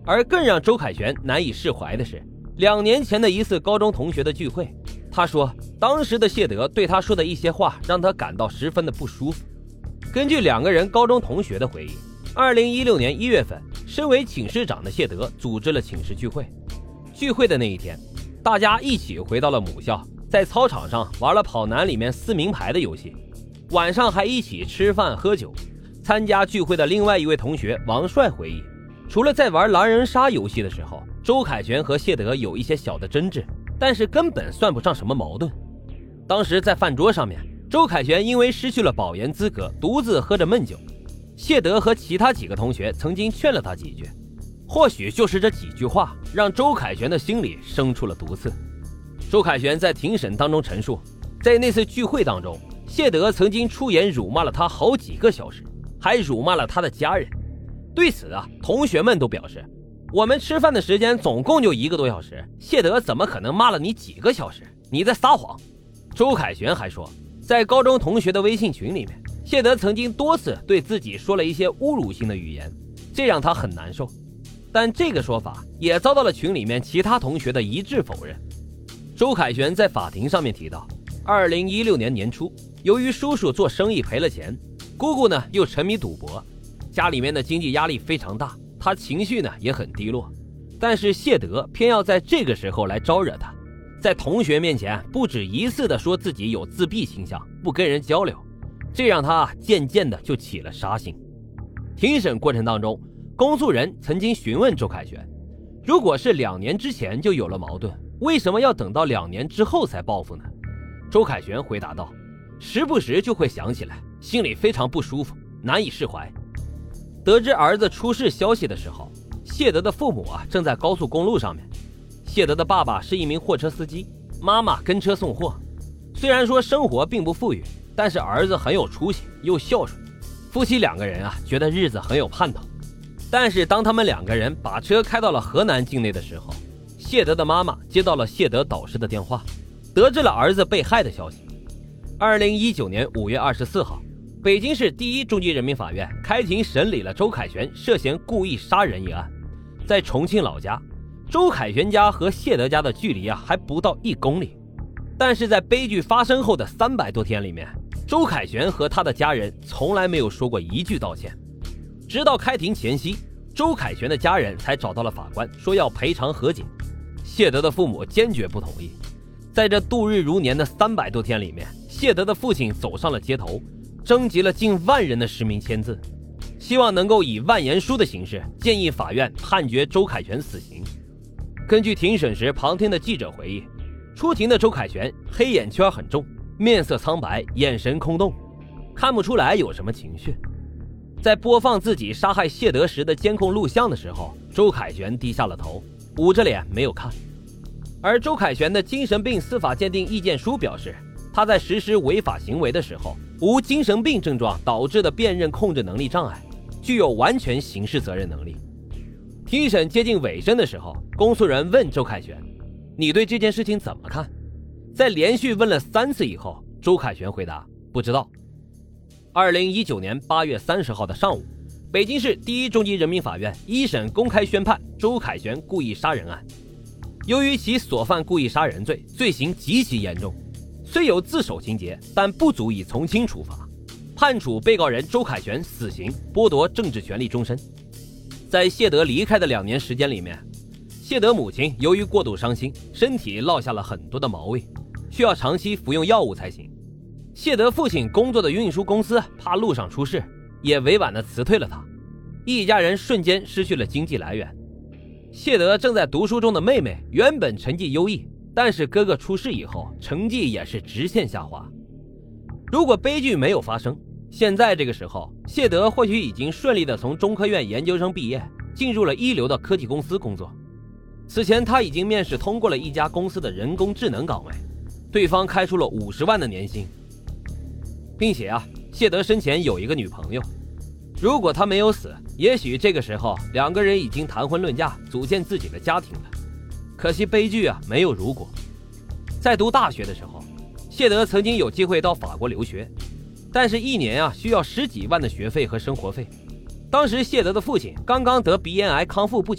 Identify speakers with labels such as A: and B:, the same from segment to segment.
A: 而更让周凯旋难以释怀的是，2年前的一次高中同学的聚会，他说当时的谢德对他说的一些话让他感到十分的不舒服。根据2个人高中同学的回忆，2016年1月份，身为寝室长的谢德组织了寝室聚会。聚会的那一天，大家一起回到了母校，在操场上玩了跑男里面撕名牌的游戏，晚上还一起吃饭喝酒。参加聚会的另外一位同学王帅回忆，除了在玩狼人杀游戏的时候，周凯旋和谢德有一些小的争执，但是根本算不上什么矛盾。当时在饭桌上面，周凯旋因为失去了保研资格，独自喝着闷酒。谢德和其他几个同学曾经劝了他几句，或许就是这几句话让周凯旋的心里生出了毒刺。周凯旋在庭审当中陈述，在那次聚会当中，谢德曾经出言辱骂了他好几个小时，还辱骂了他的家人。对此同学们都表示，我们吃饭的时间总共就1个多小时，谢德怎么可能骂了你几个小时？你在撒谎。周凯旋还说，在高中同学的微信群里面，谢德曾经多次对自己说了一些侮辱性的语言，这让他很难受。但这个说法也遭到了群里面其他同学的一致否认。周凯旋在法庭上面提到，2016年年初，由于叔叔做生意赔了钱，姑姑呢又沉迷赌博，家里面的经济压力非常大，他情绪呢也很低落。但是谢德偏要在这个时候来招惹他，在同学面前不止一次的说自己有自闭倾向，不跟人交流，这让他渐渐的就起了杀心。庭审过程当中，公诉人曾经询问周凯旋，如果是2年之前就有了矛盾，为什么要等到2年之后才报复呢？周凯旋回答道，时不时就会想起来，心里非常不舒服，难以释怀。得知儿子出事消息的时候，谢德的父母正在高速公路上面。谢德的爸爸是一名货车司机，妈妈跟车送货。虽然说生活并不富裕，但是儿子很有出息又孝顺，夫妻2个人觉得日子很有盼头。但是当他们2个人把车开到了河南境内的时候，谢德的妈妈接到了谢德导师的电话，得知了儿子被害的消息。2019年5月24号，北京市第一中级人民法院开庭审理了周凯旋涉嫌故意杀人一案。在重庆老家，周凯旋家和谢德家的距离还不到1公里，但是在悲剧发生后的300多天里面，周凯旋和他的家人从来没有说过一句道歉。直到开庭前夕，周凯旋的家人才找到了法官，说要赔偿和解。谢德的父母坚决不同意。在这度日如年的300多天里面，谢德的父亲走上了街头，征集了近10000人的实名签字，希望能够以万言书的形式建议法院判决周凯旋死刑。根据庭审时旁听的记者回忆，出庭的周凯旋黑眼圈很重，面色苍白，眼神空洞，看不出来有什么情绪。在播放自己杀害谢德时的监控录像的时候，周凯旋低下了头，捂着脸没有看。而周凯旋的精神病司法鉴定意见书表示，他在实施违法行为的时候，无精神病症状导致的辨认控制能力障碍，具有完全刑事责任能力。庭审接近尾声的时候，公诉人问周凯旋，你对这件事情怎么看？在连续问了3次以后，周凯旋回答不知道。2019年8月30号的上午，北京市第一中级人民法院一审公开宣判周凯旋故意杀人案。由于其所犯故意杀人罪，罪行极其严重，虽有自首情节，但不足以从轻处罚，判处被告人周凯旋死刑，剥夺政治权利终身。在谢德离开的2年时间里面，谢德母亲由于过度伤心，身体落下了很多的毛病，需要长期服用药物才行。谢德父亲工作的运输公司怕路上出事，也委婉地辞退了他，一家人瞬间失去了经济来源。谢德正在读书中的妹妹原本成绩优异，但是哥哥出事以后，成绩也是直线下滑。如果悲剧没有发生，现在这个时候，谢德或许已经顺利地从中科院研究生毕业，进入了一流的科技公司工作。此前他已经面试通过了一家公司的人工智能岗位，对方开出了50万的年薪，并且谢德生前有一个女朋友。如果他没有死，也许这个时候2个人已经谈婚论嫁，组建自己的家庭了。可惜悲剧没有如果。在读大学的时候，谢德曾经有机会到法国留学，但是1年需要10几万的学费和生活费。当时谢德的父亲刚刚得鼻咽癌康复不久，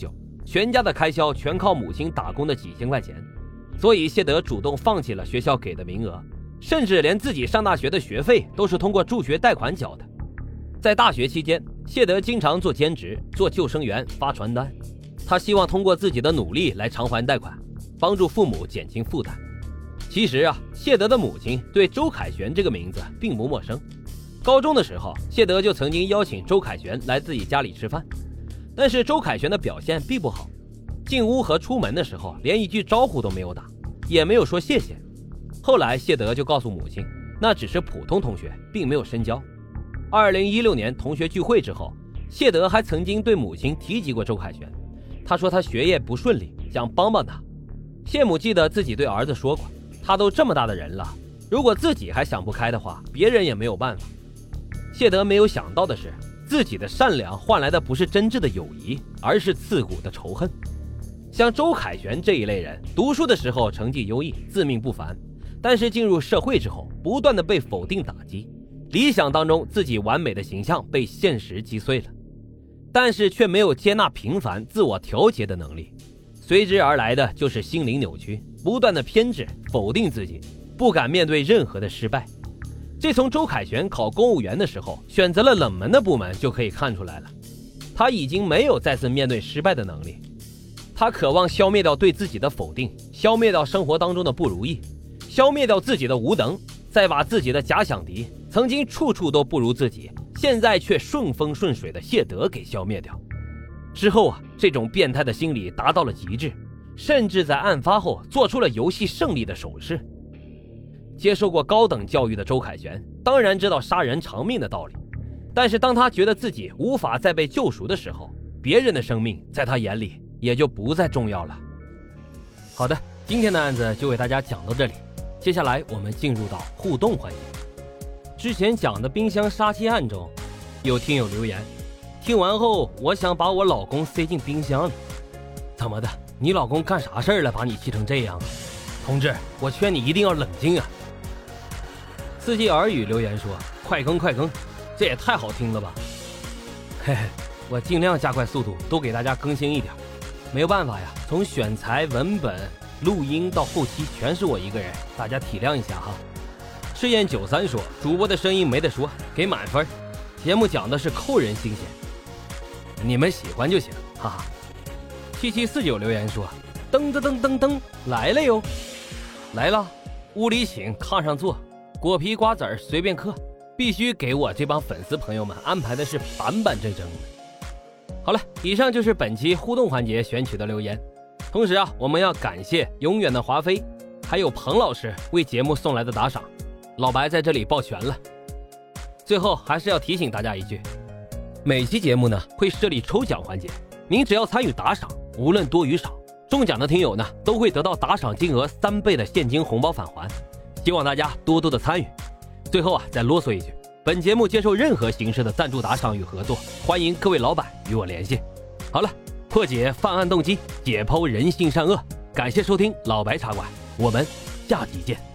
A: 全家的开销全靠母亲打工的几千块钱，所以谢德主动放弃了学校给的名额，甚至连自己上大学的学费都是通过助学贷款缴的。在大学期间，谢德经常做兼职，做救生员，发传单。他希望通过自己的努力来偿还贷款，帮助父母减轻负担。其实啊，谢德的母亲对周凯旋这个名字并不陌生。高中的时候，谢德就曾经邀请周凯旋来自己家里吃饭，但是周凯旋的表现并不好，进屋和出门的时候连一句招呼都没有打，也没有说谢谢。后来谢德就告诉母亲，那只是普通同学，并没有深交。2016年同学聚会之后，谢德还曾经对母亲提及过周凯旋，他说他学业不顺利，想帮帮他。谢母记得自己对儿子说过，他都这么大的人了，如果自己还想不开的话，别人也没有办法。谢德没有想到的是，自己的善良换来的不是真挚的友谊，而是刺骨的仇恨。像周凯旋这一类人，读书的时候成绩优异，自命不凡，但是进入社会之后，不断的被否定打击，理想当中自己完美的形象被现实击碎了，但是却没有接纳平凡、自我调节的能力，随之而来的就是心灵扭曲，不断的偏执，否定自己，不敢面对任何的失败。这从周凯旋考公务员的时候选择了冷门的部门就可以看出来了，他已经没有再次面对失败的能力。他渴望消灭掉对自己的否定，消灭掉生活当中的不如意，消灭掉自己的无能，再把自己的假想敌，曾经处处都不如自己，现在却顺风顺水的谢德给消灭掉。之后啊，这种变态的心理达到了极致，甚至在案发后做出了游戏胜利的手势。接受过高等教育的周凯旋当然知道杀人偿命的道理，但是当他觉得自己无法再被救赎的时候，别人的生命在他眼里也就不再重要了。好的，今天的案子就为大家讲到这里，接下来我们进入到互动环节。之前讲的冰箱杀妻案中，有听友留言，听完后我想把我老公塞进冰箱里。怎么的，你老公干啥事儿了把你气成这样啊？同志，我劝你一定要冷静啊。四季耳语留言说，快更快更，这也太好听了吧。嘿嘿，我尽量加快速度，多给大家更新一点。没有办法呀，从选材、文本、录音到后期全是我一个人，大家体谅一下哈。赤焰93说，主播的声音没得说，给满分。节目讲的是扣人心弦，你们喜欢就行，哈哈。7749留言说，噔噔噔噔噔来了哟，来了，屋里请，炕上坐，果皮瓜子儿随便嗑，必须给我这帮粉丝朋友们安排的是板板正正的。好了，以上就是本期互动环节选取的留言。同时啊，我们要感谢永远的华妃，还有彭老师为节目送来的打赏，老白在这里抱拳了。最后还是要提醒大家一句，每期节目呢会设立抽奖环节，您只要参与打赏，无论多与少，中奖的听友呢都会得到打赏金额3倍的现金红包返还，希望大家多多的参与。最后啊，再啰嗦一句，本节目接受任何形式的赞助打赏与合作，欢迎各位老板与我联系。好了，破解犯案动机，解剖人性善恶，感谢收听老白茶馆，我们下集见。